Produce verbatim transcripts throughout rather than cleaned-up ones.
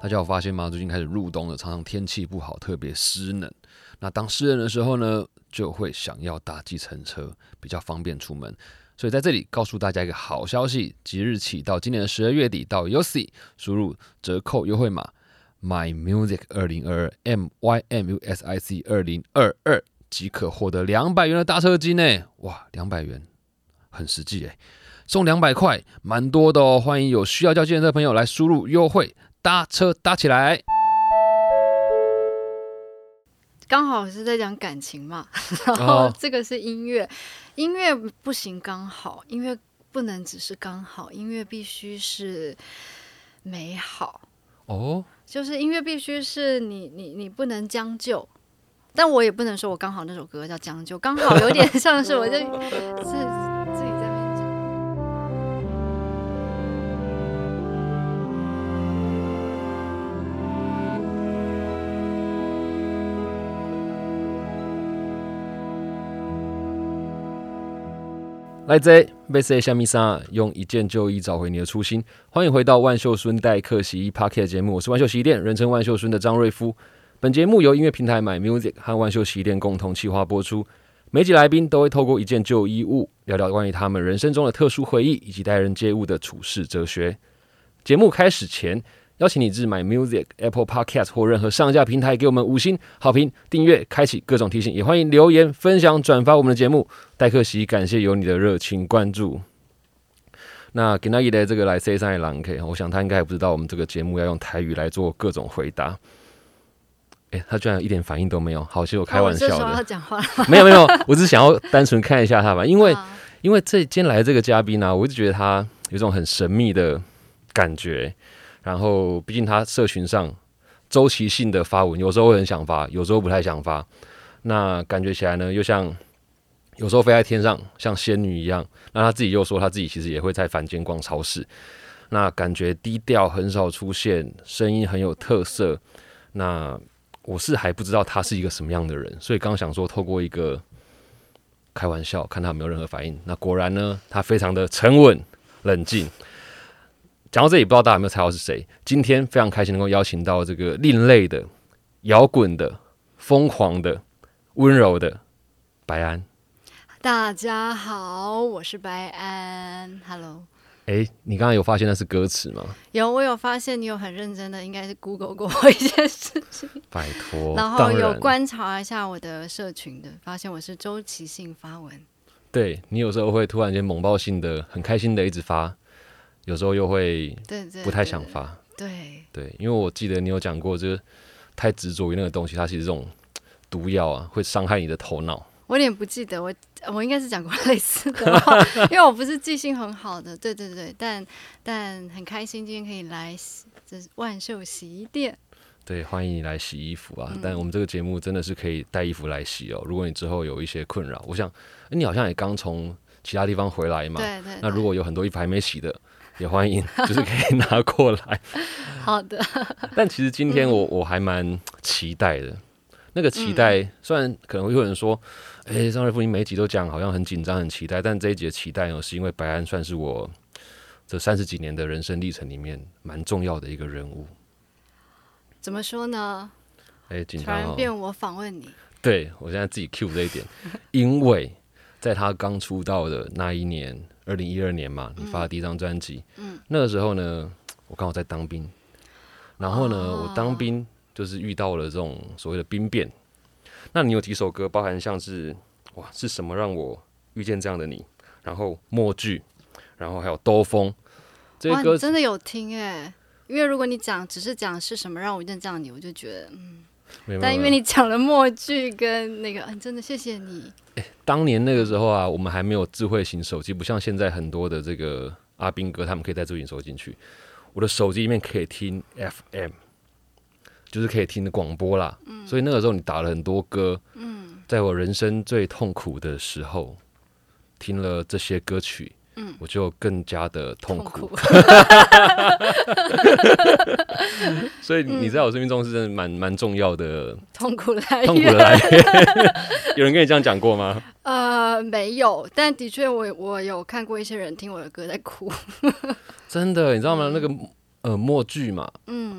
大家有发现吗？最近开始入冬了，常常天气不好，特别湿冷。那当湿冷的时候呢，就会想要搭计程车，比较方便出门。所以在这里告诉大家一个好消息：即日起到今年的十二月底，到 Yosi 输入折扣优惠码 My Music 二零二二 M Y M U S I C 二零二二，即可获得两百元的搭车金呢！哇，两百元很实际哎，送两百块，蛮多的哦。欢迎有需要叫计程车的朋友来输入优惠。搭车搭起来， 刚好是在讲感情嘛，然后这个是音乐，音乐不行刚好，音乐不能只是刚好，音乐必须是美好哦，就是音乐必须是你你你不能将就，但我也不能说我刚好那首歌叫将就，刚好有点像是我就自自己在那边讲。 来这被谁虾米啥？用一件旧衣找回你的初心。欢迎回到万秀孙代客洗衣 Podcast 节目，我是万秀洗衣店，人称万秀孙的张瑞夫。本节目由音乐平台 My Music 和万秀洗衣店共同企划播出。每集来宾都会透过一件旧衣物，聊聊关于他们人生中的特殊回忆，以及待人接物的处世哲学。节目开始前，邀请你至 My Music、Apple Podcast 或任何上架平台给我们五星好评、订阅、开启各种提醒，也欢迎留言、分享、转发我们的节目。代客席感谢有你的热情关注。那今天的这个来 say 上的人 K， 我想他应该也不知道我们这个节目要用台语来做各种回答。欸、他居然一点反应都没有，好像我开玩笑的。 我这时候要讲话了没有没有，我只是想要单纯看一下他吧，因为、啊、因为这今天来的这个嘉宾啊，我一直觉得他有一种很神秘的感觉。然后，毕竟他社群上周期性的发文，有时候会很想发，有时候不太想发。那感觉起来呢，又像有时候飞在天上，像仙女一样。那他自己又说，他自己其实也会在凡间逛超市。那感觉低调，很少出现，声音很有特色。那我是还不知道他是一个什么样的人，所以刚想说，透过一个开玩笑，看他有没有任何反应。那果然呢，他非常的沉稳冷静。讲到这里，不知道大家有没有猜到是谁？今天非常开心能够邀请到这个另类的、摇滚的、疯狂的、温柔的白安。 大家好，我是白安 ，Hello。 哎，你刚刚有发现那是歌词吗？ 有，我有发现你有很认真的，应该是 Google 过一些事情。 拜托， 然后有观察一下我的社群的，发现我是周期性发文。 对，你有时候会突然间猛爆性的、很开心的一直发。有时候又会不太想发， 对 对, 对, 对，因为我记得你有讲过，就是太执着于那个东西，它其实这种毒药啊，会伤害你的头脑。 我有点不记得，我我应该是讲过类似的话，因为我不是记性很好的，对对对，但但很开心今天可以来这是万秀洗衣店。 对，欢迎你来洗衣服啊！嗯、但我们这个节目真的是可以带衣服来洗哦。如果你之后有一些困扰，我想你好像也刚从其他地方回来嘛， 对 对, 对。 那如果有很多衣服还没洗的。也欢迎，就是可以拿过来。 好的。 但其实今天我我还蛮期待的。那个期待，嗯、虽然可能会有人说，哎、欸，张瑞夫你每一集都讲，好像很紧张、很期待。但这一集的期待呢，是因为白安算是我这三十几年的人生历程里面蛮重要的一个人物。 怎么说呢？ 哎、欸，紧张哦。 突然变我访问你。 对，我现在自己 cue 这一点，因为在他刚出道的那一年。二零一二年嘛，你发的第一张专辑、嗯，那个时候呢，我刚好在当兵，然后呢，哦、我当兵就是遇到了这种所谓的兵变。那你有几首歌，包含像是哇，是什么让我遇见这样的你，然后默剧，然后还有兜风这些歌， 哇，你真的有听哎？因为如果你讲只是讲是什么让我遇见这样的你，我就觉得嗯，但因为你讲了默剧跟那个，嗯，真的谢谢你。 欸、当年那个时候啊，我们还没有智慧型手机，不像现在很多的这个阿兵哥，他们可以带智慧型手机进去。我的手机里面可以听 F M， 就是可以听的广播啦、嗯。所以那个时候你打了很多歌，嗯，在我人生最痛苦的时候，听了这些歌曲，嗯，我就更加的痛苦。痛苦所以你在我生命中是真的蛮蛮重要的痛苦来源。 痛苦的来源。有人跟你这样讲过吗？ 呃，没有，但的确我我有看过一些人听我的歌在哭。 真的，你知道吗？嗯、那个呃默剧嘛，嗯，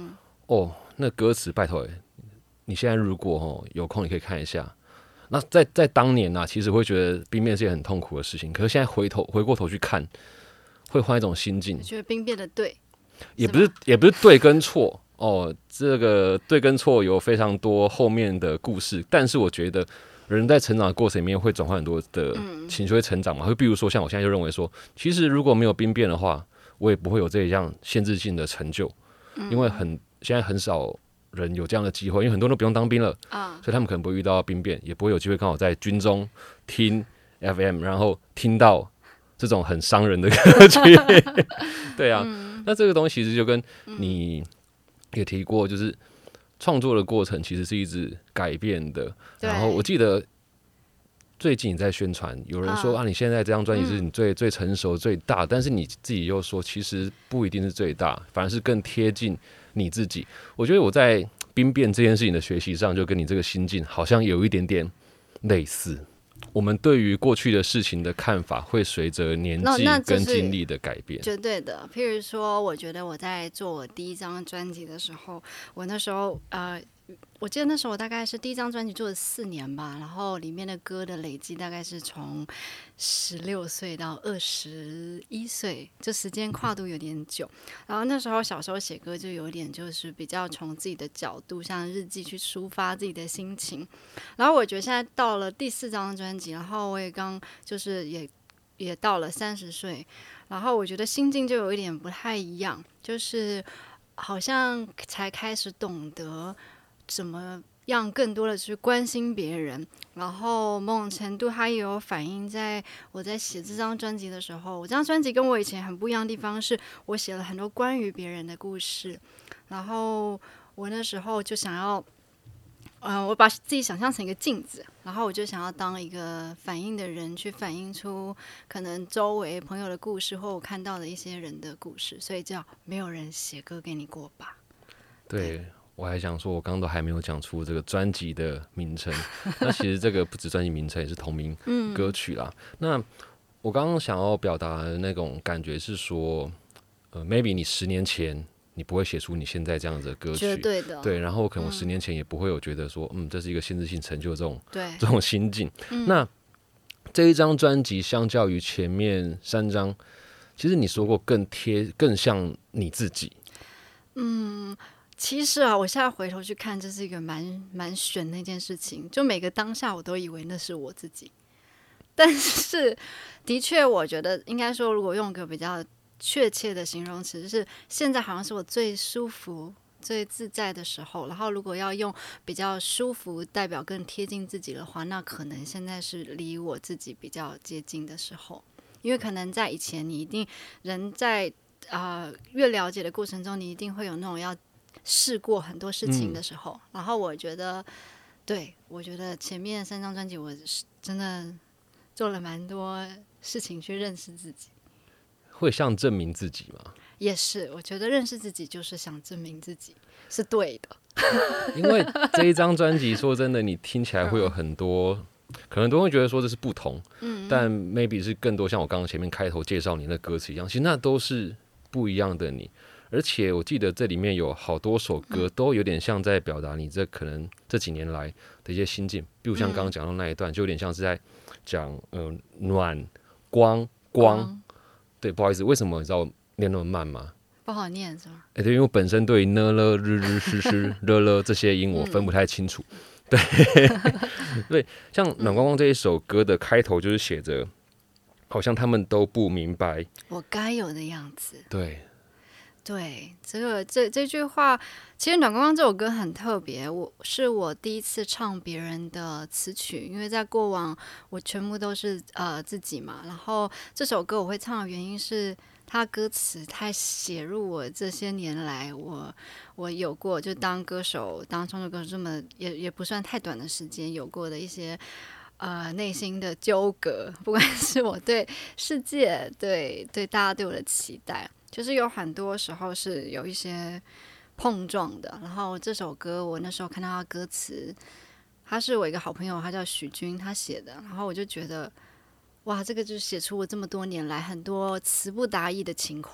哦，那歌词拜托，你现在如果哦有空，你可以看一下。那在在当年啊，其实会觉得兵变是件很痛苦的事情，可是现在回头回过头去看，会换一种心境。 觉得兵变的对， 也不是也不是对跟错哦，这个对跟错有非常多后面的故事，但是我觉得人在成长的过程里面会转换很多的情绪，会成长嘛。会比如说像我现在就认为说，其实如果没有兵变的话，我也不会有这一样限制性的成就，因为很现在很少人有这样的机会，因为很多人都不用当兵了啊，所以他们可能不会遇到兵变，也不会有机会刚好在军中听 F M， 然后听到这种很伤人的歌曲。对啊，嗯、那这个东西其实就跟你也提过，就是创作的过程其实是一直改变的。然后我记得最近你在宣传，有人说 啊, 啊，你现在这张专辑是你最、嗯、最成熟、最大，但是你自己又说，其实不一定是最大，反而是更贴近你自己。我觉得我在兵变这件事情的学习上，就跟你这个心境好像有一点点类似。我们对于过去的事情的看法会随着年纪跟经历的改变， 绝对的。譬如说，我觉得我在做我第一张专辑的时候，我那时候呃。我记得那时候我大概是第一张专辑做了四年吧，然后里面的歌的累积大概是从十六岁到二十一岁，就时间跨度有点久。然后那时候小时候写歌就有点就是比较从自己的角度，像日记去抒发自己的心情。然后我觉得现在到了第四张专辑，然后我也刚就是也也到了三十岁，然后我觉得心境就有一点不太一样，就是好像才开始懂得怎么样更多的去关心别人，然后某种程度它也有反映在我在写这张专辑的时候。我这张专辑跟我以前很不一样的地方是，我写了很多关于别人的故事，然后我那时候就想要嗯、呃，我把自己想象成一个镜子，然后我就想要当一个反映的人，去反映出可能周围朋友的故事，或我看到的一些人的故事，所以叫没有人写歌给你过吧。 对，对，我还想说，我刚刚都还没有讲出这个专辑的名称。那其实这个不止专辑名称，也是同名歌曲啦。嗯、那我刚刚想要表达的那种感觉是说，呃 ，maybe 你十年前你不会写出你现在这样子的歌曲， 绝对的， 对。然后可能我十年前也不会有觉得说，嗯，嗯这是一个限制性成就这种对这种心境。嗯、那这一张专辑相较于前面三张，其实你说过更贴、更像你自己。 嗯。其实啊，我现在回头去看，这是一个蛮蛮悬的一件事情。就每个当下，我都以为那是我自己，但是的确，我觉得应该说，如果用个比较确切的形容词，就是现在好像是我最舒服、最自在的时候。然后，如果要用比较舒服代表更贴近自己的话，那可能现在是离我自己比较接近的时候。因为可能在以前，你一定人在啊、呃、越了解的过程中，你一定会有那种要试过很多事情的时候，嗯、然后我觉得，对我觉得前面三张专辑，我是真的做了蛮多事情去认识自己。 会像证明自己吗？ 也是，我觉得认识自己就是想证明自己是对的。 因为这一张专辑，说真的，你听起来会有很多，可能都会觉得说这是不同，嗯，但 maybe 是更多像我刚刚前面开头介绍你的歌词一样，其实那都是不一样的你。而且我记得这里面有好多首歌都有点像在表达你这可能这几年来的一些心境，比如像刚刚讲到那一段，就有点像是在讲呃暖光光。对，不好意思，为什么你知道我念那么慢吗？ 不好念是吗？ 哎、欸，对，因为我本身对呢了日日诗诗了了这些音我分不太清楚。对，对，像暖光光这一首歌的开头就是写着，好像他们都不明白我该有的样子。 对。 对，这个这这句话，其实《暖光光》这首歌很特别，我是我第一次唱别人的词曲，因为在过往我全部都是呃自己嘛。然后这首歌我会唱的原因是，它歌词太写入我这些年来我我有过就当歌手、当创作歌手这么也也不算太短的时间有过的一些。呃，内心的纠葛，不管是我对世界、对对大家对我的期待。就是有很多时候是有一些碰撞的，然后这首歌我那时候看到他歌词，他是我一个好朋友，他叫许君，他写的，然后我就觉得，哇，这个就写出我这么多年来很多词不达意的情况，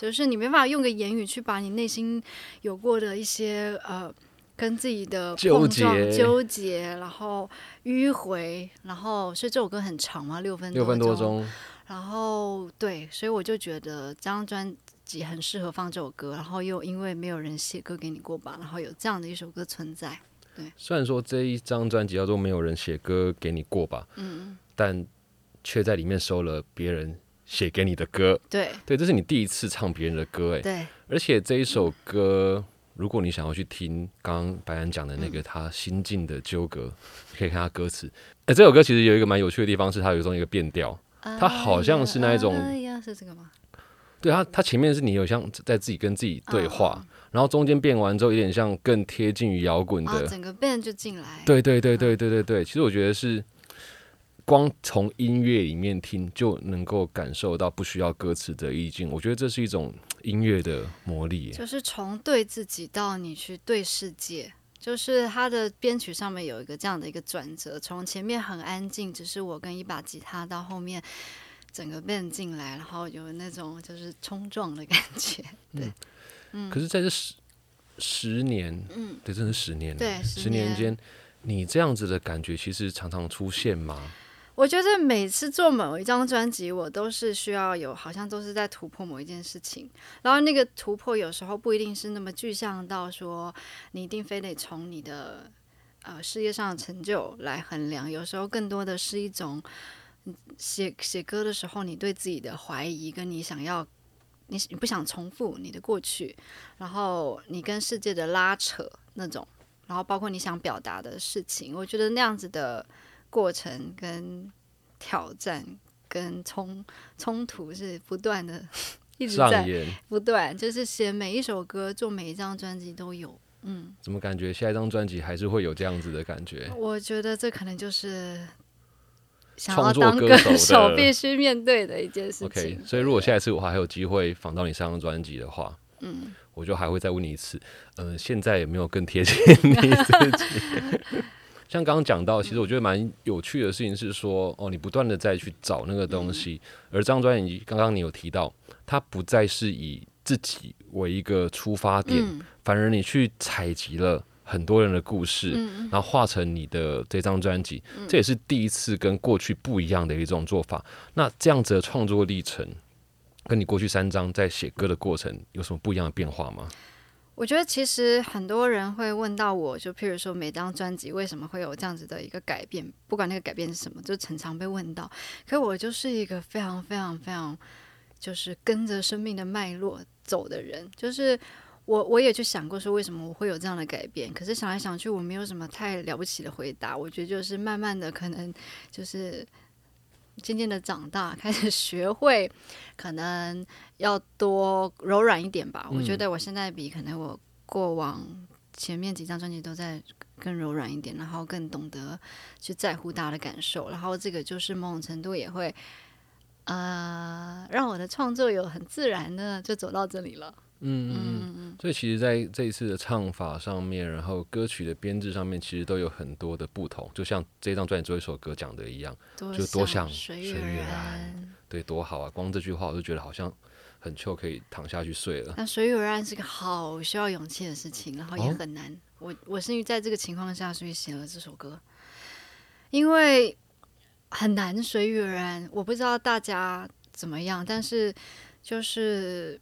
就是你没办法用个言语去把你内心有过的一些呃跟自己的碰撞、纠结, 纠结然后迂回，然后所以这首歌很长嘛，六分多六分多钟， 然后对，所以我就觉得这张专辑很适合放这首歌，然后又因为没有人写歌给你过吧，然后有这样的一首歌存在。对， 虽然说这一张专辑叫做没有人写歌给你过吧，嗯，但却在里面收了别人写给你的歌。 对对，这是你第一次唱别人的歌，哎， 对， 而且这一首歌。如果你想要去听刚刚白安讲的那个他心境的纠葛，嗯、可以看他歌词。哎，这首歌其实有一个蛮有趣的地方，是它有一种一个变调，它好像是那一种， 哎呀，是这个吗？ 对，它它前面是你有像在自己跟自己对话，嗯、然后中间变完之后，有点像更贴近于摇滚的， 啊，整个 band 就进来。 对对对对对对对，其实我觉得是。光从音乐里面听就能够感受到不需要歌词的意境，我觉得这是一种音乐的魔力， 就是从对自己到你去对世界，就是它的编曲上面有一个这样的一个转折，从前面很安静，只是我跟一把吉他，到后面整个 band 进来，然后有那种就是冲撞的感觉。对，嗯嗯、可是在这十十年，嗯，对，真的是十年， 对， 十年间，你这样子的感觉其实常常出现吗？ 我觉得每次做某一张专辑，我都是需要有，好像都是在突破某一件事情。然后那个突破有时候不一定是那么具象到说，你一定非得从你的呃事业上的成就来衡量。有时候更多的是一种写写歌的时候，你对自己的怀疑，跟你想要你你不想重复你的过去，然后你跟世界的拉扯那种，然后包括你想表达的事情，我觉得那样子的。过程跟挑战跟冲冲突是不断的，一直在不断，就是写每一首歌，做每一张专辑都有。嗯， 怎么感觉下一张专辑还是会有这样子的感觉？ 我觉得这可能就是想要当歌手必须面对的一件事情。 OK， 所以如果下一次我还有机会访到你上张专辑的话，嗯，我就还会再问你一次，呃，现在有没有更贴近你自己？像刚刚讲到，其实我觉得蛮有趣的事情是说，哦，你不断的再去找那个东西，嗯、而这张专辑刚刚你有提到，它不再是以自己为一个出发点，嗯、反而你去采集了很多人的故事，嗯、然后化成你的这张专辑，嗯、这也是第一次跟过去不一样的一种做法。那这样子的创作历程，跟你过去三张在写歌的过程有什么不一样的变化吗？ 我觉得其实很多人会问到我，就譬如说每张专辑为什么会有这样子的一个改变，不管那个改变是什么，就常常被问到。可我就是一个非常非常非常就是跟着生命的脉络走的人，就是我我也去想过说为什么我会有这样的改变，可是想来想去我没有什么太了不起的回答。我觉得就是慢慢的可能就是渐渐的长大，开始学会可能要多柔软一点吧。嗯、我觉得我现在比可能我过往前面几张专辑都在更柔软一点，然后更懂得去在乎大家的感受，然后这个就是某种程度也会呃让我的创作有很自然的就走到这里了。 嗯嗯嗯，所以其实在这一次的唱法上面，然后歌曲的编制上面，其实都有很多的不同。就像这张专辑最后一首歌讲的一样，就多像水月然，对，多好啊！光这句话我就觉得好像很糗，可以躺下去睡了。 但水月然是个好需要勇气的事情，然后也很难。哦、我我是因为在这个情况下，所以写了这首歌，因为很难随遇而安。我不知道大家怎么样，但是就是。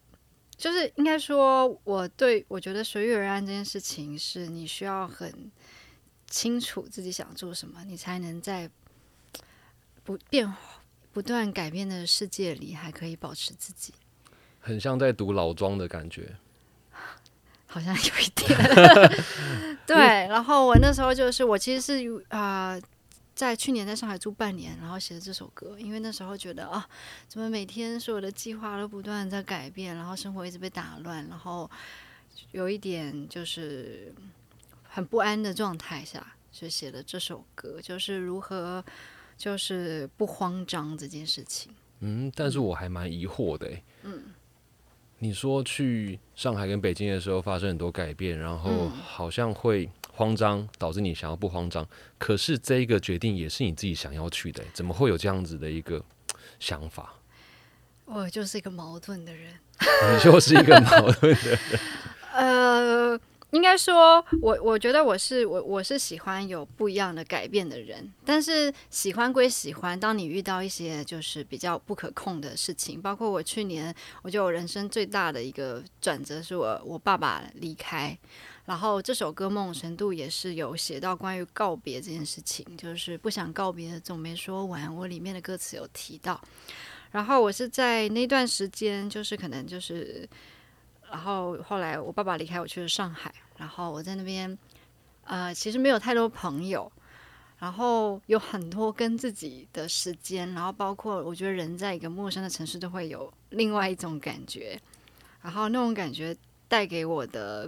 就是应该说，我对我觉得随遇而安这件事情，是你需要很清楚自己想做什么，你才能在不变不断改变的世界里，还可以保持自己。 很像在读老庄的感觉， 好像有一点。对，然后我那时候就是，我其实是啊。呃在去年在上海住半年，然后写了这首歌，因为那时候觉得啊，怎么每天所有的计划都不断在改变，然后生活一直被打乱，然后有一点就是很不安的状态下，就写了这首歌，就是如何就是不慌张这件事情。 嗯，但是我还蛮疑惑的欸。嗯，你说去上海跟北京的时候发生很多改变，然后好像会慌张，导致你想要不慌张。可是这一个决定也是你自己想要去的，怎么会有这样子的一个想法？ 我就是一个矛盾的人。 你就是一个矛盾的人。 呃，应该说我我觉得我是我我是喜欢有不一样的改变的人，但是喜欢归喜欢，当你遇到一些就是比较不可控的事情，包括我去年我觉得我人生最大的一个转折是我我爸爸离开，然后这首歌某种程度也是有写到关于告别这件事情，就是不想告别的总没说完，我里面的歌词有提到。然后我是在那段时间，就是可能就是，然后后来我爸爸离开，我去了上海，然后我在那边，呃，其实没有太多朋友，然后有很多跟自己的时间，然后包括我觉得人在一个陌生的城市都会有另外一种感觉，然后那种感觉带给我的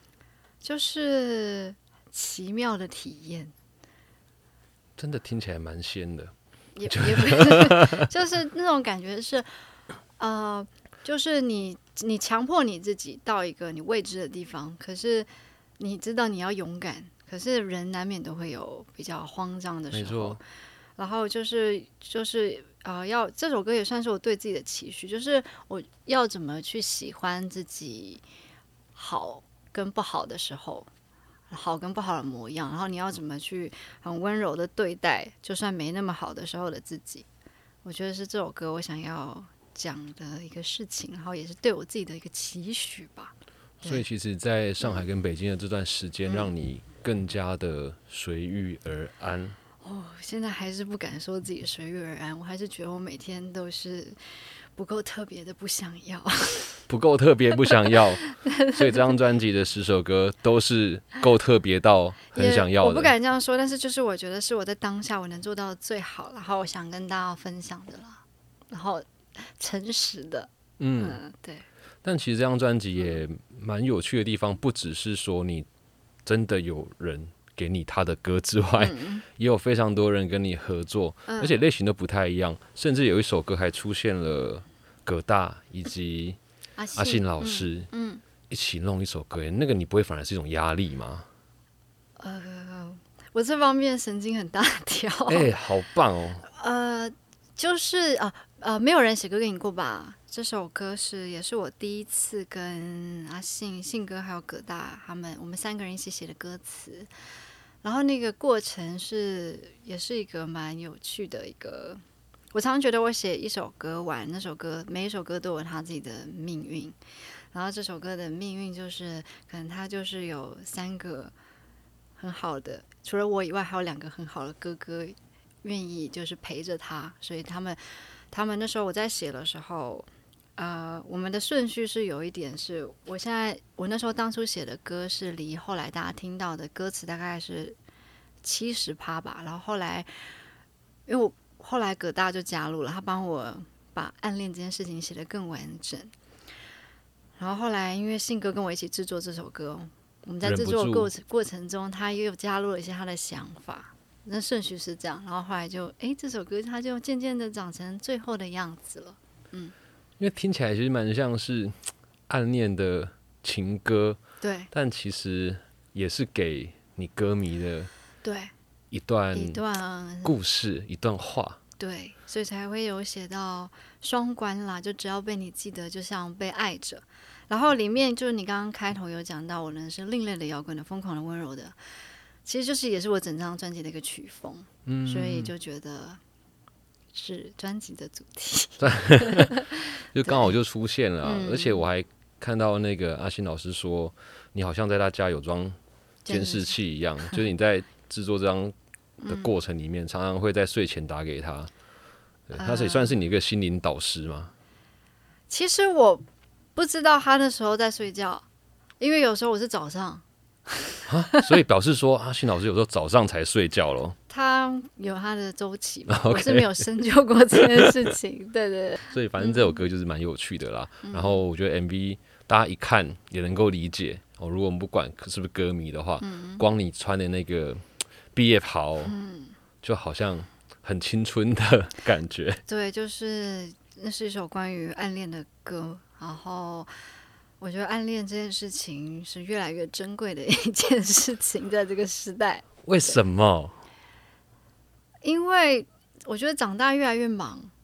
就是奇妙的体验， 真的听起来蛮仙的。 也也不是，就是那种感觉是，呃，就是你你强迫你自己到一个你未知的地方，可是你知道你要勇敢，可是人难免都会有比较慌张的时候。然后就是就是呃，要这首歌也算是我对自己的期许，就是我要怎么去喜欢自己好跟不好的时候。好跟不好的模样，然后你要怎么去很温柔的对待，就算没那么好的时候的自己，我觉得是这首歌我想要讲的一个事情，然后也是对我自己的一个期许吧。 所以其实在上海跟北京的这段时间，让你更加的随遇而安。 哦，现在还是不敢说自己随遇而安，我还是觉得我每天都是不够特别的不想要。 不够特别不想要，所以这张专辑的十首歌都是够特别到很想要的。 我不敢这样说，但是就是我觉得是我在当下我能做到的最好，然后我想跟大家分享的啦，然后诚实的，嗯，嗯对。 但其实这张专辑也蛮有趣的地方，不只是说你真的有人给你他的歌之外，嗯、也有非常多人跟你合作，嗯、而且类型都不太一样，甚至有一首歌还出现了葛大以及阿信老师，嗯嗯、一起弄一首歌，那个你不会反而是一种压力吗？ 呃，我这方面神经很大条， 哎、欸，好棒哦。 呃，就是啊呃，没有人写歌给你过吧？这首歌是也是我第一次跟阿信、信哥还有葛大他们，我们三个人一起写的歌词。然后那个过程是也是一个蛮有趣的一个。我常常觉得我写一首歌完，那首歌每一首歌都有它自己的命运。然后这首歌的命运就是，可能它就是有三个很好的，除了我以外，还有两个很好的哥哥愿意就是陪着他，所以他们他们那时候我在写的时候，呃，我们的顺序是有一点是，我现在我那时候当初写的歌是离后来大家听到的歌词大概是七十趴吧，然后后来因为我。后来葛大就加入了，他帮我把暗恋这件事情写得更完整。然后后来因为信哥跟我一起制作这首歌，我们在制作过程过程中，他又加入了一些他的想法。那顺序是这样，然后后来就哎，这首歌它就渐渐的长成最后的样子了。嗯， 因为听起来其实蛮像是暗恋的情歌， 对， 但其实也是给你歌迷的， 对。 一段一段故事，一段话， 对，所以才会有写到双关啦，就只要被你记得，就像被爱着。然后里面就是你刚刚开头有讲到，我呢是另类的摇滚的、疯狂的、温柔的，其实就是也是我整张专辑的一个曲风，嗯，所以就觉得是专辑的主题， 就刚好就出现了、啊嗯，而且我还看到那个阿信老师说，你好像在他家有装监视器一样，就是你在制作这张的过程里面、嗯、常常会在睡前打给他，对，他也算是你一个心灵导师吗？ 其实我不知道他那时候在睡觉，因为有时候我是早上所以表示说阿信老师有时候早上才睡觉咯。 他有他的周期嘛，okay. 我是没有深究过这件事情对对对， 所以反正这首歌就是蛮有趣的啦、嗯、然后我觉得 M V 大家一看也能够理解、哦、如果我们不管是不是歌迷的话、嗯、光你穿的那个毕业袍、嗯、就好像很青春的感觉。 对，就是那是一首关于暗恋的歌，然后我觉得暗恋这件事情是越来越珍贵的一件事情，在这个时代。 为什么？ 因为我觉得长大越来越忙，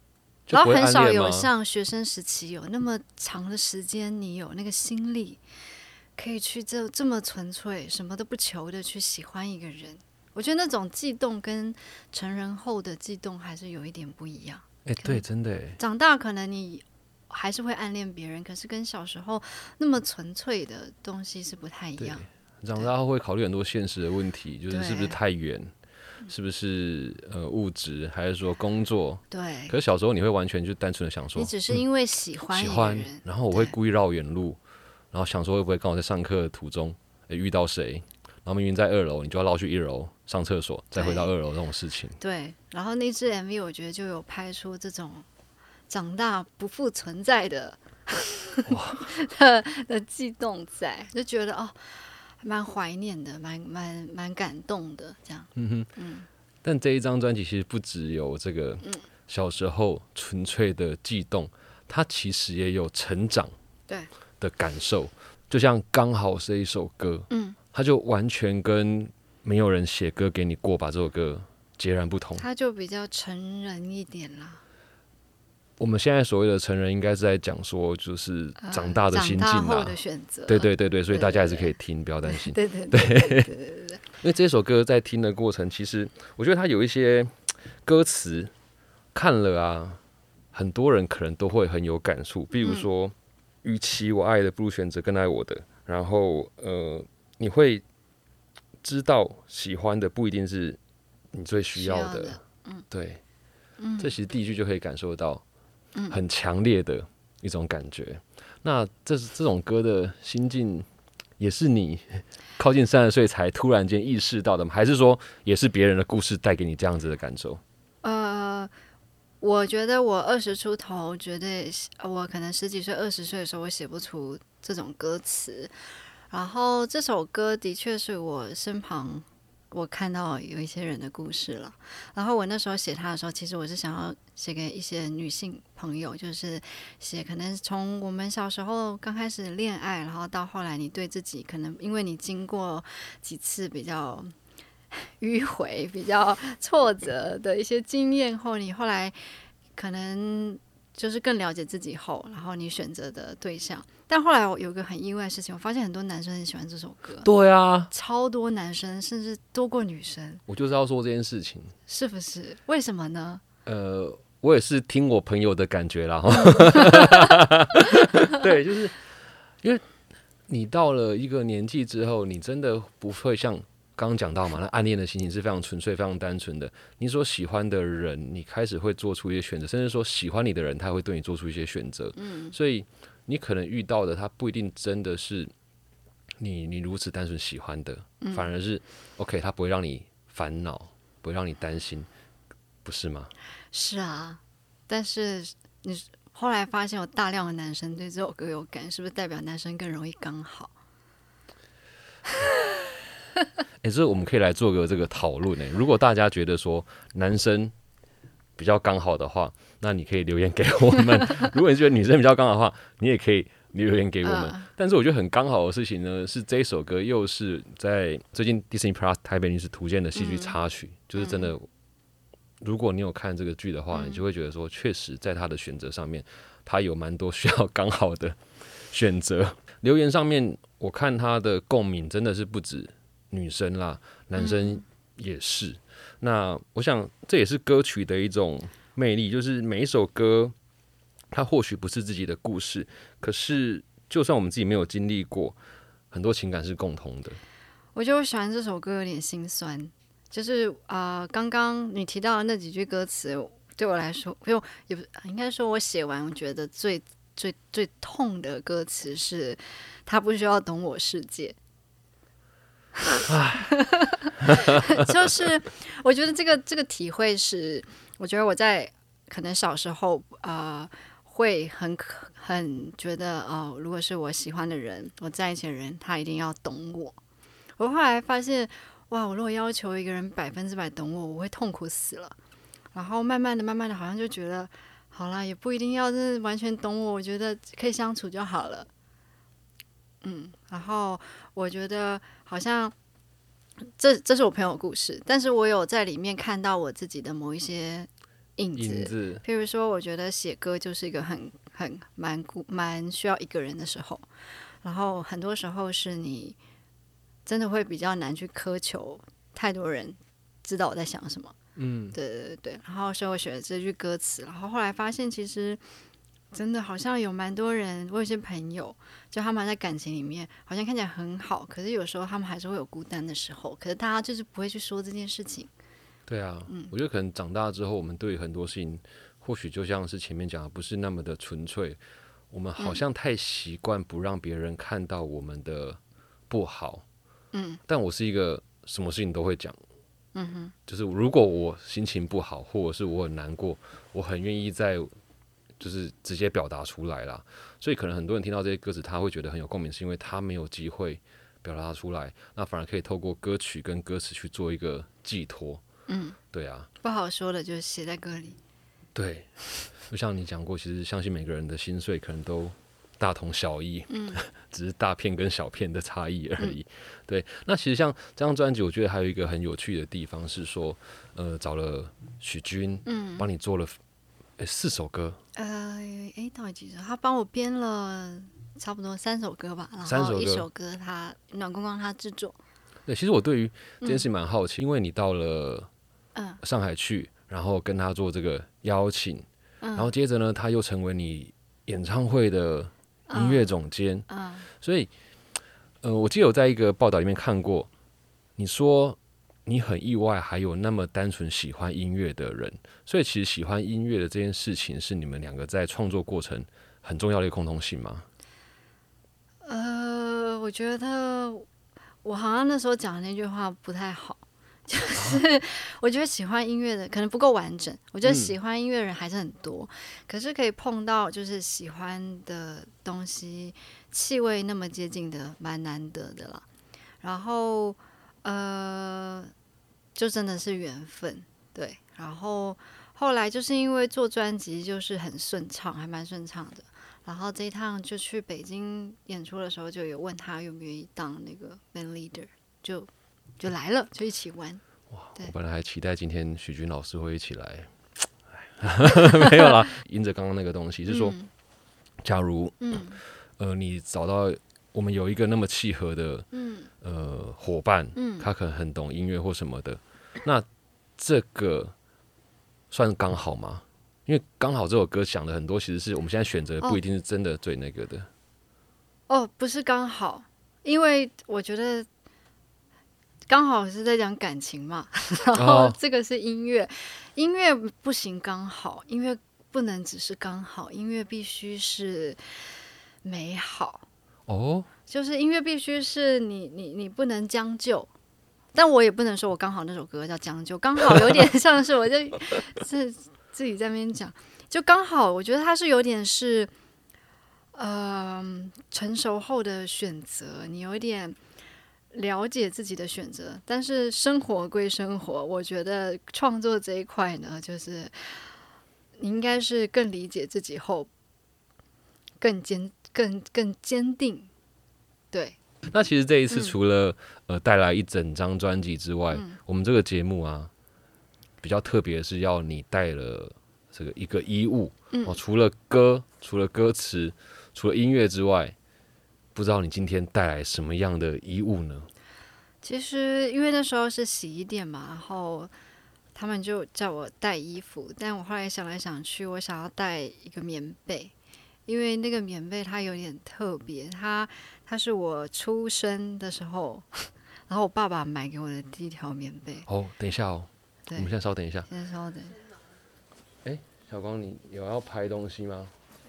就不会暗恋吗？ 然后很少有像学生时期有那么长的时间，你有那个心力可以去这这么纯粹什么都不求的去喜欢一个人。我觉得那种悸动跟成人后的悸动还是有一点不一样。 哎、欸，对，真的哎。 长大可能你还是会暗恋别人，可是跟小时候那么纯粹的东西是不太一样。 长大后会考虑很多现实的问题，就是是不是太远，是不是呃物质，还是说工作？ 对。 可是小时候你会完全就单纯的想说， 你只是因为喜欢一个人、嗯、喜欢， 然后我会故意绕远路，然后想说会不会刚好在上课的途中、欸、遇到谁，然后明明在二楼，你就要绕去一楼上厕所，再回到二楼这种事情。 对，然后那支 M V 我觉得就有拍出这种长大不复存在的的, 的悸动在，就觉得哦。蛮怀念的，蛮蛮蛮感动的，这样。 嗯哼，嗯。但这一张专辑其实不只有这个小时候纯粹的悸动，它其实也有成长的感受。就像刚好这一首歌，嗯，它就完全跟没有人写歌给你过吧这首歌截然不同。 它就比较成人一点啦。 我们现在所谓的成人，应该是在讲说，就是长大的心境啦、 呃、长大后的选择。 对对对对，所以大家还是可以听，不要担心。 对对对对对对对。 因为这首歌在听的过程，其实我觉得它有一些歌词看了啊，很多人可能都会很有感触。比如说，与、嗯、其我爱的，不如选择更爱我的。然后呃，你会知道喜欢的不一定是你最需要的。要的嗯，对。嗯，这其实第一句就可以感受到。很强烈的一种感觉。那这这种歌的心境，也是你靠近三十岁才突然间意识到的吗？还是说，也是别人的故事带给你这样子的感受？ 呃，我觉得我二十出头，觉得我可能十几岁、二十岁的时候，我写不出这种歌词。然后这首歌的确是我身旁。我看到有一些人的故事了，然后我那时候写它的时候，其实我是想要写给一些女性朋友，就是写可能从我们小时候刚开始恋爱，然后到后来你对自己可能因为你经过几次比较迂回、比较挫折的一些经验后，你后来可能就是更了解自己后，然后你选择的对象。但后来我有一个很意外的事情，我发现很多男生很喜欢这首歌。 对啊， 超多男生，甚至多过女生。 我就是要说这件事情， 是不是？为什么呢？ 呃，我也是听我朋友的感觉啦。对，就是因为你到了一个年纪之后，你真的不会像刚刚讲到嘛，那暗恋的心情是非常纯粹、非常单纯的。你所喜欢的人，你开始会做出一些选择，甚至说喜欢你的人，他会对你做出一些选择。嗯，所以。你可能遇到的，他不一定真的是你你如此单纯喜欢的，嗯、反而是 OK， 他不会让你烦恼，不会让你担心，不是吗？ 是啊，但是你后来发现有大量的男生对这首歌有感，是不是代表男生更容易刚好？ 哎、欸，这我们可以来做个这个讨论哎。如果大家觉得说男生比较刚好的话，那你可以留言给我们。如果你觉得女生比较刚好的话，你也可以留言给我们。uh. 但是我觉得很刚好的事情呢，是这一首歌又是在最近 Disney Plus 台北女子图鉴的戏剧插曲、嗯，就是真的。如果你有看这个剧的话，你就会觉得说，确实在他的选择上面，他有蛮多需要刚好的选择。留言上面，我看他的共鸣真的是不止女生啦，男生也是。嗯、那我想这也是歌曲的一种魅力，就是每一首歌，它或许不是自己的故事，可是就算我们自己没有经历过，很多情感是共同的。 我觉得我喜欢这首歌有点心酸，就是呃，刚刚你提到的那几句歌词，对我来说，就也应该说，我写完我觉得最最最痛的歌词是“他不需要懂我世界”。就是我觉得这个这个体会是，我觉得我在可能小时候呃会很很觉得哦，如果是我喜欢的人，我在一起的人，他一定要懂我。我后来发现，哇，我如果要求一个人百分之百懂我，我会痛苦死了。然后慢慢的、慢慢的，好像就觉得，好啦，也不一定要是完全懂我，我觉得可以相处就好了。嗯，然后我觉得好像这这是我朋友的故事，但是我有在里面看到我自己的某一些影子。 影子， 譬如说，我觉得写歌就是一个很很蛮孤蛮需要一个人的时候，然后很多时候是你真的会比较难去苛求太多人知道我在想什么。 嗯， 对对对。然后所以我选了这句歌词，然后后来发现其实真的好像有蛮多人，我有些朋友，就他们在感情里面好像看起来很好，可是有时候他们还是会有孤单的时候，可是大家就是不会去说这件事情。 对啊，嗯，我觉得可能长大之后，我们对很多事情，或许就像是前面讲的，不是那么的纯粹。我们好像太习惯不让别人看到我们的不好，嗯，但我是一个什么事情都会讲，嗯哼，就是如果我心情不好，或者是我很难过，我很愿意在就是直接表达出来啦。所以可能很多人听到这些歌词，他会觉得很有共鸣，是因为他没有机会表达出来，那反而可以透过歌曲跟歌词去做一个寄托。嗯，对啊， 不好说的就写在歌里。 对，就像你讲过，其实相信每个人的心碎可能都大同小异，嗯，只是大片跟小片的差异而已。嗯、对，那其实像这张专辑，我觉得还有一个很有趣的地方是说，呃，找了许君，嗯，帮你做了诶四首歌， 呃，诶，到底几首？他帮我编了差不多三首歌吧，然后一首歌他暖光光他制作。 对，其实我对于这件事蛮好奇，嗯、因为你到了上海去，然后跟他做这个邀请，嗯、然后接着呢，他又成为你演唱会的音乐总监，嗯嗯、所以，呃，我记得有在一个报道里面看过，你说你很意外，还有那么单纯喜欢音乐的人，所以其实喜欢音乐的这件事情，是你们两个在创作过程很重要的一个共同性吗？ 呃，我觉得。我好像那时候讲的那句话不太好，就是我觉得喜欢音乐的可能不够完整。我觉得喜欢音乐的人还是很多，嗯、可是可以碰到就是喜欢的东西气味那么接近的，蛮难得的啦。然后呃，就真的是缘分，对。然后后来就是因为做专辑就是很顺畅，还蛮顺畅的。然后这一趟就去北京演出的时候，就有问他愿不愿意当那个 band leader， 就就来了，就一起玩。 哇！我本来还期待今天许君老师会一起来，没有啦。因着刚刚那个东西，是说，嗯、假如、嗯、呃你找到我们有一个那么契合的、嗯、呃伙伴，嗯、他可能很懂音乐或什么的，那这个算刚好吗？因为刚好这首歌讲的很多，其实是我们现在选择不一定是真的最那个的。 哦，哦不是刚好，因为我觉得刚好是在讲感情嘛，然后这个是音乐，音乐不行刚好，音乐不能只是刚好，音乐必须是美好。哦，就是音乐必须是你你你不能将就。但我也不能说我刚好那首歌叫将就，刚好有点像是我就是自己在那边讲，就刚好我觉得它是有点是，呃，成熟后的选择，你有一点了解自己的选择，但是生活归生活，我觉得创作这一块呢，就是你应该是更理解自己后，更坚、更更坚定，对。 那其实这一次除了、嗯、呃带来一整张专辑之外、嗯，我们这个节目啊，比较特别的是要你带了这个一个衣物、嗯哦、除了歌、除了歌词、除了音乐之外，不知道你今天带来什么样的衣物呢？ 其实因为那时候是洗衣店嘛，然后他们就叫我带衣服，但我后来想来想去，我想要带一个棉被。因为那个棉被它有点特别，它它是我出生的时候，然后我爸爸买给我的第一条棉被。 哦，等一下哦，我们现在稍等一下。 先稍等。 哎，小光，你有要拍东西吗？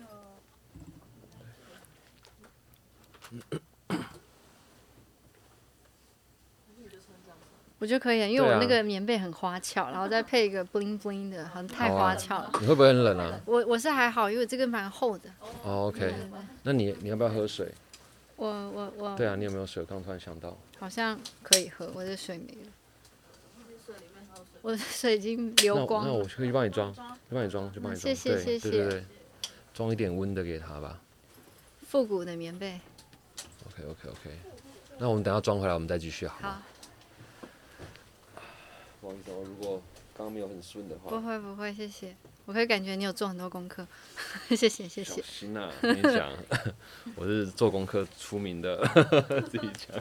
我就可以，因为我那个棉被很花俏，然后再配一个 bling bling 的，好像太花俏了、 啊。你会不会很冷啊？ 我我是还好，因为这个蛮厚的。 哦 ，OK， 那你你要不要喝水？ 我我我。 对啊，你有没有水？刚突然想到。 好像可以喝，我的水没了。我的水已经流光了。 那, 那我可以帮你装，就帮你装，就帮你装。 谢谢谢谢。 对对对，装一点温的给他吧。 复古的棉被。 OK OK OK， 那我们等下装回来，我们再继续好吗？ 好。 不好意思，我如果刚刚没有很顺的话。 不会不会，谢谢。我可以感觉你有做很多功课，谢谢谢谢。 小心啊，跟你讲，我是做功课出名的，自己讲。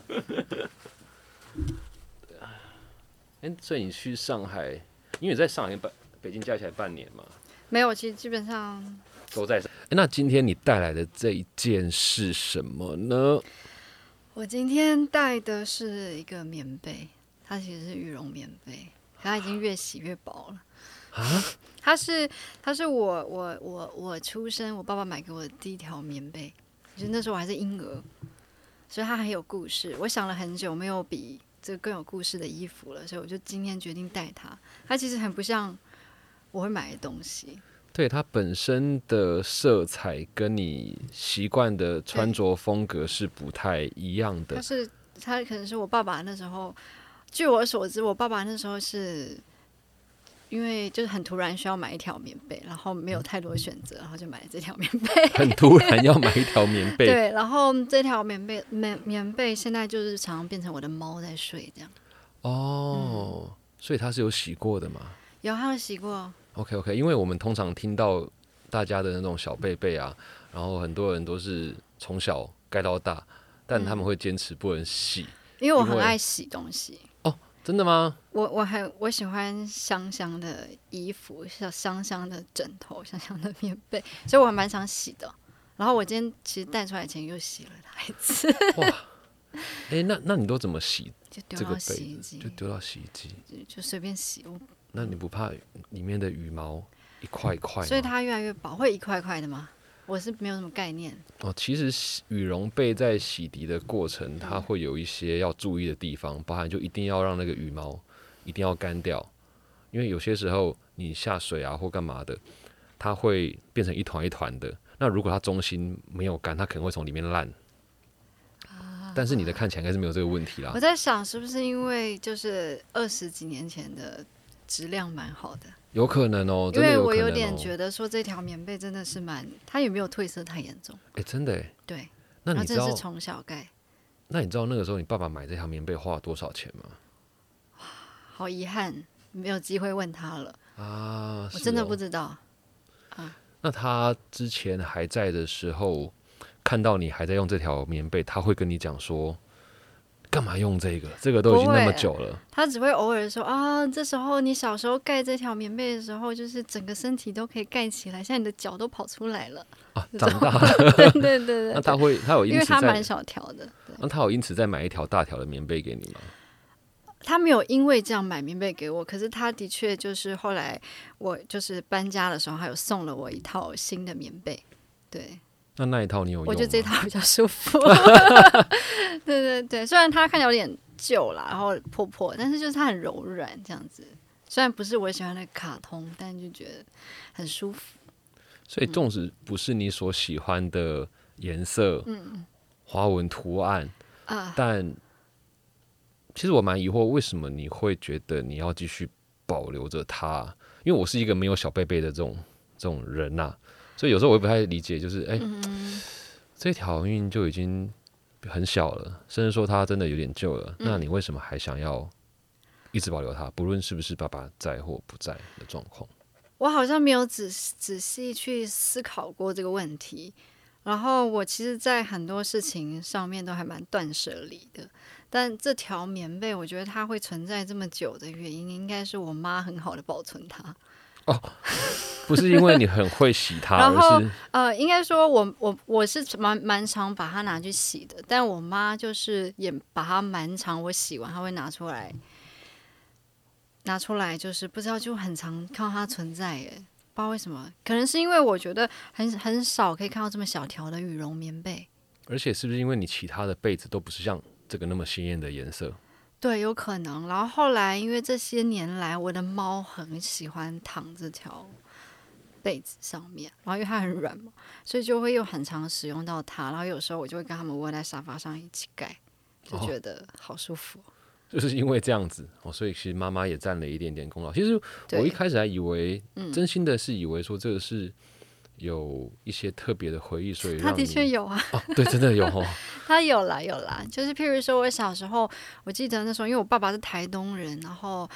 哎、欸，所以你去上海，因为你在上海、北京加起来半年嘛？ 没有，其实基本上都在。欸、那今天你带来的这一件是什么呢？ 我今天带的是一个棉被，它其实是羽绒棉被，可它已经越洗越薄了。啊？它是它是我我我我出生，我爸爸买给我的第一条棉被，就是那时候我还是婴儿，所以它很有故事。我想了很久，没有比这个更有故事的衣服了，所以我就今天决定带它。它其实很不像我会买的东西。 对，它本身的色彩跟你习惯的穿着风格是不太一样的。 它是它可能是我爸爸那时候，据我所知，我爸爸那时候是因为就是很突然需要买一条棉被，然后没有太多选择，然后就买了这条棉被。 很突然要买一条棉被， 对，然后这条棉被棉棉被现在就是常常变成我的猫在睡这样。 哦、嗯，所以它是有洗过的吗？ 有，它有洗过。 OK OK， 因为我们通常听到大家的那种小被被啊，然后很多人都是从小盖到大，但他们会坚持不能洗，嗯、 因为我很爱洗东西。 哦，真的吗？ 我我很我喜欢香香的衣服，像香香的枕头，香香的棉被，所以我还蛮想洗的。然后我今天其实带出来前又洗了它一次。哇， 哎、欸，那那你都怎么洗？ 就丢到洗衣机， 就丢到洗衣机， 就随便洗。 那你不怕里面的羽毛一块一块吗？ 所以它越来越薄，会一块块的吗？我是没有什么概念。 哦，其实羽绒被在洗涤的过程，它会有一些要注意的地方，包含就一定要让那个羽毛一定要干掉，因为有些时候你下水啊或干嘛的，它会变成一团一团的。那如果它中心没有干，它可能会从里面烂。但是你的看起来应该是没有这个问题啦。 我在想是不是因为就是二十几年前的质量蛮好的， 有可能哦， 因为我有有点觉得说这条棉被真的是蛮，它也没有褪色太严重。 哎、欸，真的哎。 对， 那你知道是从小盖。 那你知道那个时候你爸爸买这条棉被花了多少钱吗？ 好遗憾，没有机会问他了啊！我真的不知道、 哦、啊。那他之前还在的时候，看到你还在用这条棉被，他会跟你讲说，干嘛用这个？这个都已经那么久了。 他只会偶尔说啊，这时候你小时候盖这条棉被的时候，就是整个身体都可以盖起来，现在你的脚都跑出来了啊，长大了。 对对对对。 那他会，他有因此因为他蛮小条的。 那他有因此再买一条大条的棉被给你吗？ 他没有因为这样买棉被给我，可是他的确就是后来我就是搬家的时候，他有送了我一套新的棉被。对。 那那一套你有用吗？ 我觉得这套比较舒服。对对对，虽然它看起来有点旧啦，然后破破，但是就是它很柔软这样子。虽然不是我喜欢的卡通，但就觉得很舒服。 所以纵使不是你所喜欢的颜色、嗯、花纹图案、呃、但其实我蛮疑惑，为什么你会觉得你要继续保留着它？因为我是一个没有小贝贝的这种这种人呐、啊。所以有时候我也不太理解，就是哎、欸嗯，这条运就已经很小了，甚至说它真的有点旧了、嗯，那你为什么还想要一直保留它？不论是不是爸爸在或不在的状况。 我好像没有仔仔细去思考过这个问题，然后我其实在很多事情上面都还蛮断舍离的，但这条棉被我觉得它会存在这么久的原因，应该是我妈很好的保存它。 哦，不是因为你很会洗它， 然后而是呃，应该说我我我是蛮蛮常把它拿去洗的，但我妈就是也把它蛮常，我洗完她会拿出来，拿出来就是不知道就很常看到它存在耶，不知道为什么，可能是因为我觉得很很少可以看到这么小条的羽绒棉被， 而且是不是因为你其他的被子都不是像这个那么鲜艳的颜色？ 对，有可能。然后后来，因为这些年来，我的猫很喜欢躺这条被子上面，然后因为它很软嘛，所以就会又很常使用到它。然后有时候我就会跟它们窝在沙发上一起盖，就觉得好舒服。哦， 就是因为这样子哦，所以其实妈妈也占了一点点功劳。其实我一开始还以为，真心的是以为说这个是有一些特别的回忆，所以让你他的确有啊、 哦，对，真的有哦。 他有啦有啦，就是譬如说我小时候，我记得那时候因为我爸爸是台东人，然后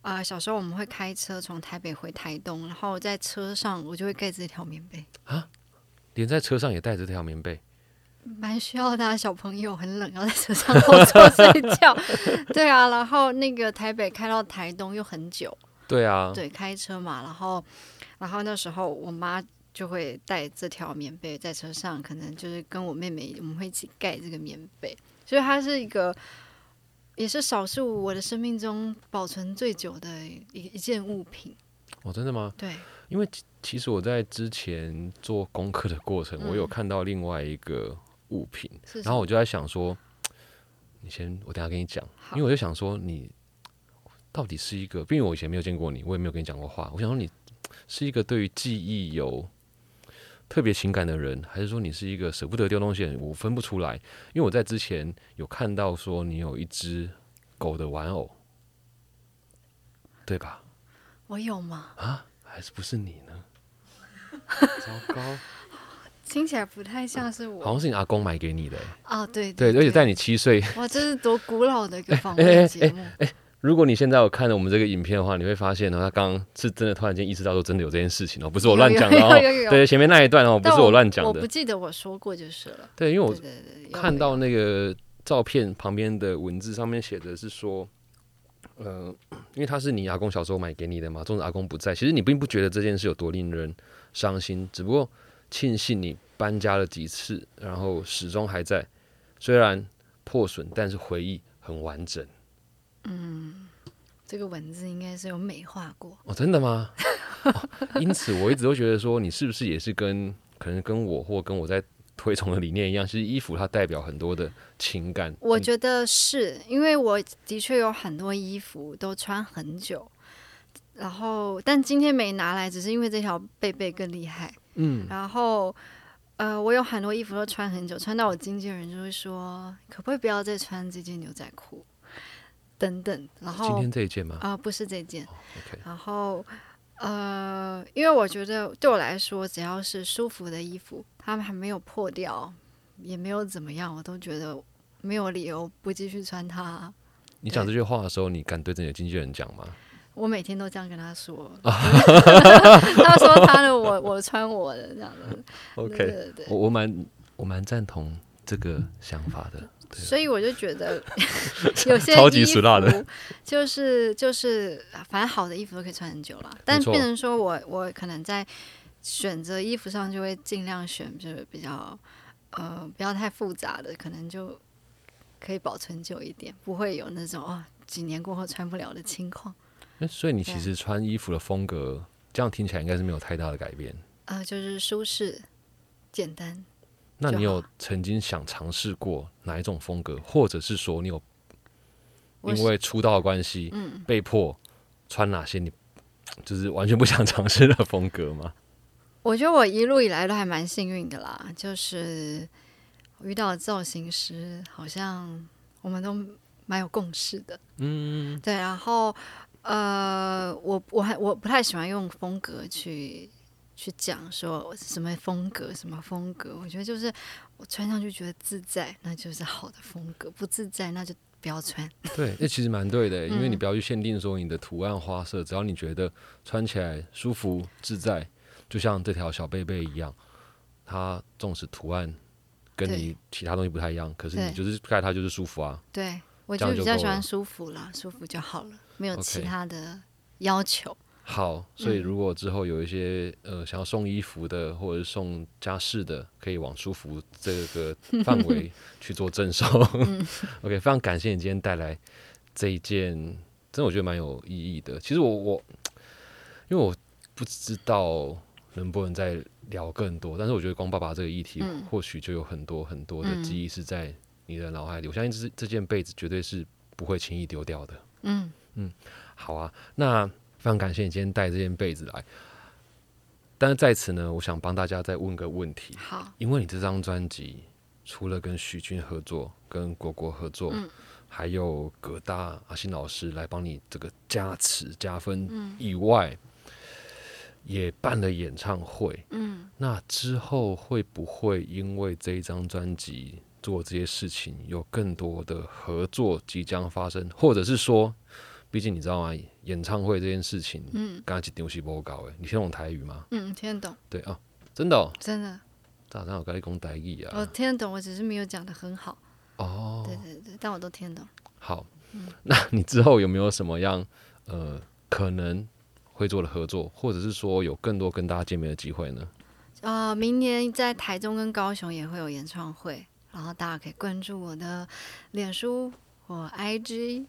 呃，小时候我们会开车从台北回台东，然后在车上我就会盖这条棉被啊，连在车上也带着这条棉被， 蛮需要的、啊。小朋友很冷，要在车上后座睡觉。对啊，然后那个台北开到台东又很久， 对啊， 对，开车嘛，然后然后那时候我妈就会带这条棉被在车上，可能就是跟我妹妹我们会一起盖这个棉被，所以它是一个。也是少数我的生命中保存最久的一一件物品。 哦，真的吗？ 对， 因为其实我在之前做功课的过程，嗯、我有看到另外一个物品，然后我就在想说，你先，我等一下跟你讲，因为我就想说你到底是一个，因为我以前没有见过你，我也没有跟你讲过话，我想说你是一个对于记忆有特别情感的人，还是说你是一个舍不得丢东西的人？我分不出来，因为我在之前有看到说你有一只狗的玩偶，对吧？ 我有吗？ 啊，还是不是你呢？糟糕， 听起来不太像是我， 好像是你阿公买给你的、欸。 啊，对对, 对，而且在你七岁， 哇，这是多古老的一个访问节目。欸欸欸欸如果你现在有看了我们这个影片的话，你会发现呢，他刚刚是真的突然间意识到说真的有这件事情哦，不是我乱讲的哦。对，前面那一段哦，不是我乱讲的。 我不记得我说过就是了。 对，因为我看到那个照片旁边的文字上面写的是说，呃，因为他是你阿公小时候买给你的嘛，纵使阿公不在，其实你并不觉得这件事有多令人伤心，只不过庆幸你搬家了几次，然后始终还在，虽然破损，但是回忆很完整。 嗯，这个文字应该是有美化过哦，真的吗？哦、因此我一直都觉得说，你是不是也是跟可能跟我或跟我在推崇的理念一样，其实衣服它代表很多的情感。 我觉得是因为我的确有很多衣服都穿很久，然后但今天没拿来，只是因为这条贝贝更厉害。嗯，然后呃，我有很多衣服都穿很久，穿到我经纪人就会说，可不可以不要再穿这件牛仔裤？等等，然后今天这一件吗？ 啊、呃，不是这件。 哦 okay. 然后呃，因为我觉得对我来说，只要是舒服的衣服，它们还没有破掉，也没有怎么样，我都觉得没有理由不继续穿它。 你讲这句话的时候，你敢对着你的经纪人讲吗？ 我每天都这样跟他说，他说他的，我我穿我的这样子。 OK， 对对对， 我我蛮我蛮赞同这个想法的。 所以我就觉得有些超级俗辣的， 就是就是反正好的衣服都可以穿很久了，但变成说我我可能在选择衣服上就会尽量选就是比较呃不要太复杂的，可能就可以保存久一点，不会有那种哦几年过后穿不了的情况。 所以你其实穿衣服的风格，这样听起来应该是没有太大的改变。 呃，就是舒适、简单。 那你有曾经想尝试过哪一种风格，或者是说你有因为出道的关系，嗯，被迫穿哪些你就是完全不想尝试的风格吗？ 我觉得我一路以来都还蛮幸运的啦，就是遇到的造型师，好像我们都蛮有共识的，嗯，对。然后呃，我我还我不太喜欢用风格去。去讲说什么风格什么风格，我觉得就是我穿上去觉得自在，那就是好的风格；不自在那就不要穿。 对，那其实蛮对的，因为你不要去限定说你的图案花色，只要你觉得穿起来舒服自在，就像这条小贝贝一样，它纵使图案跟你其他东西不太一样，可是你就是盖它就是舒服啊。 对，我就比较喜欢舒服啦，舒服就好了，没有其他的要求。Okay. 好，所以如果之后有一些、嗯、呃想要送衣服的，或者是送家饰的，可以往舒服这个范围去做赠送。嗯、OK， 非常感谢你今天带来这一件，真的我觉得蛮有意义的。其实我我因为我不知道能不能再聊更多，但是我觉得光爸爸这个议题，嗯、或许就有很多很多的记忆是在你的脑海里。我相信这这件被子绝对是不会轻易丢掉的。嗯嗯，好啊，那。非常感谢你今天带这件被子来，但是在此呢，我想帮大家再问个问题。 好， 因为你这张专辑除了跟许君合作、跟果果合作，嗯、还有葛大阿信老师来帮你这个加持加分以外，嗯、也办了演唱会。嗯，那之后会不会因为这一张专辑做这些事情，有更多的合作即将发生，或者是说？ 毕竟你知道吗？演唱会这件事情，嗯，刚刚一场是不高的。你听懂台语吗？ 嗯，听得懂。 对啊，真的、哦， 真的。 早上我跟你讲台语啊。 我听得懂，我只是没有讲得很好。 哦。 对对对，但我都听得懂。 好，嗯、那你之后有没有什么样呃可能会做的合作，或者是说有更多跟大家见面的机会呢？ 呃，明年在台中跟高雄也会有演唱会，然后大家可以关注我的脸书或 I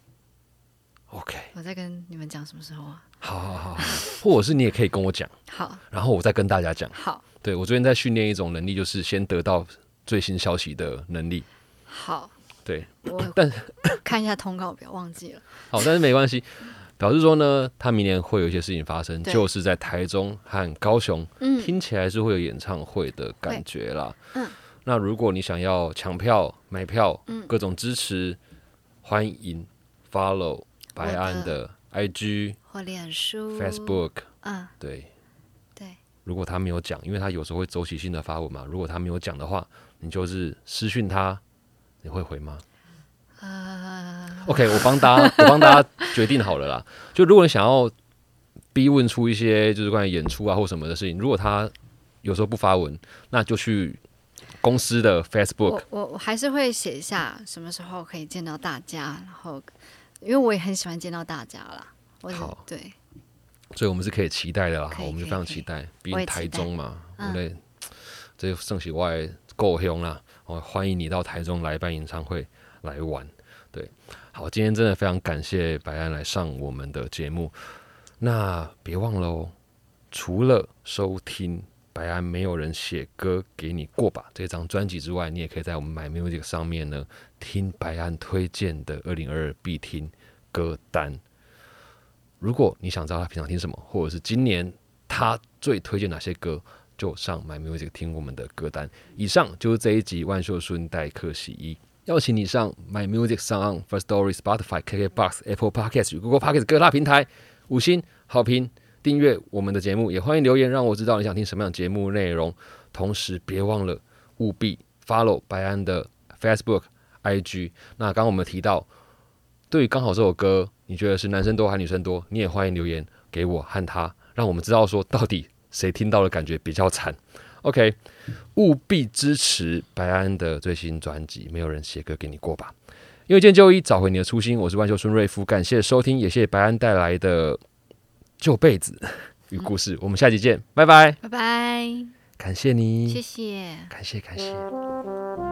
G。OK， 我再跟你们讲什么时候啊？ 好好好，或者是你也可以跟我讲， 好， 然后我再跟大家讲。 好， 对我最近在训练一种能力，就是先得到最新消息的能力。 好， 对， 我但看一下通告表，忘记了。 好，但是没关系。表示说呢，他明年会有一些事情发生，就是在台中和高雄，嗯，听起来是会有演唱会的感觉啦。嗯，那如果你想要抢票、买票，嗯，各种支持，欢迎 follow 白安的 I G 或脸书、 Facebook。 嗯， 对对。如果他没有讲，因为他有时候会周期性的发文嘛，如果他没有讲的话，你就是私讯他，你会回吗？ 呃 OK， 我帮大家，我帮大家决定好了啦。就如果你想要逼问出一些就是关于演出啊或什么的事情，如果他有时候不发文，那就去公司的 Facebook。 我我还是会写一下什么时候可以见到大家，然后因为我也很喜欢见到大家啦。我好， 对， 所以我们是可以期待的啦。我们就非常期待，毕竟台中嘛， 嗯、 对，这盛喜外够凶啦。我欢迎你到台中来办演唱会。来玩，对，好，今天真的非常感谢白安来上我们的节目。那别忘了哦，除了收听白安没有人写歌给你过吧这张专辑之外，你也可以在我们 My Music 上面呢听白安推荐的二零二二必听歌单。如果你想知道他平常听什么，或者是今年他最推荐哪些歌，就上 My Music 听我们的歌单。以上就是这一集万秀孙代客洗衣。邀请你上 My Music Sound、Firstory、Spotify、K K Box、Apple Podcast 与 Google Podcast 各大平台五星好评订阅我们的节目，也欢迎留言让我知道你想听什么样的节目内容。同时别忘了务必 follow 白安的 Facebook、I G。那刚刚我们提到，对于刚好这首歌，你觉得是男生多还是女生多？你也欢迎留言给我和他，让我们知道说到底谁听到的感觉比较惨。OK， 务必支持白安的最新专辑《没有人写歌给你过吧》，因为见就医，找回你的初心。我是万秀孙瑞夫，感谢收听，也谢谢白安带来的旧被子与故事。嗯、我们下集见，拜拜， 拜拜， 感谢你， 谢谢， 感谢感谢。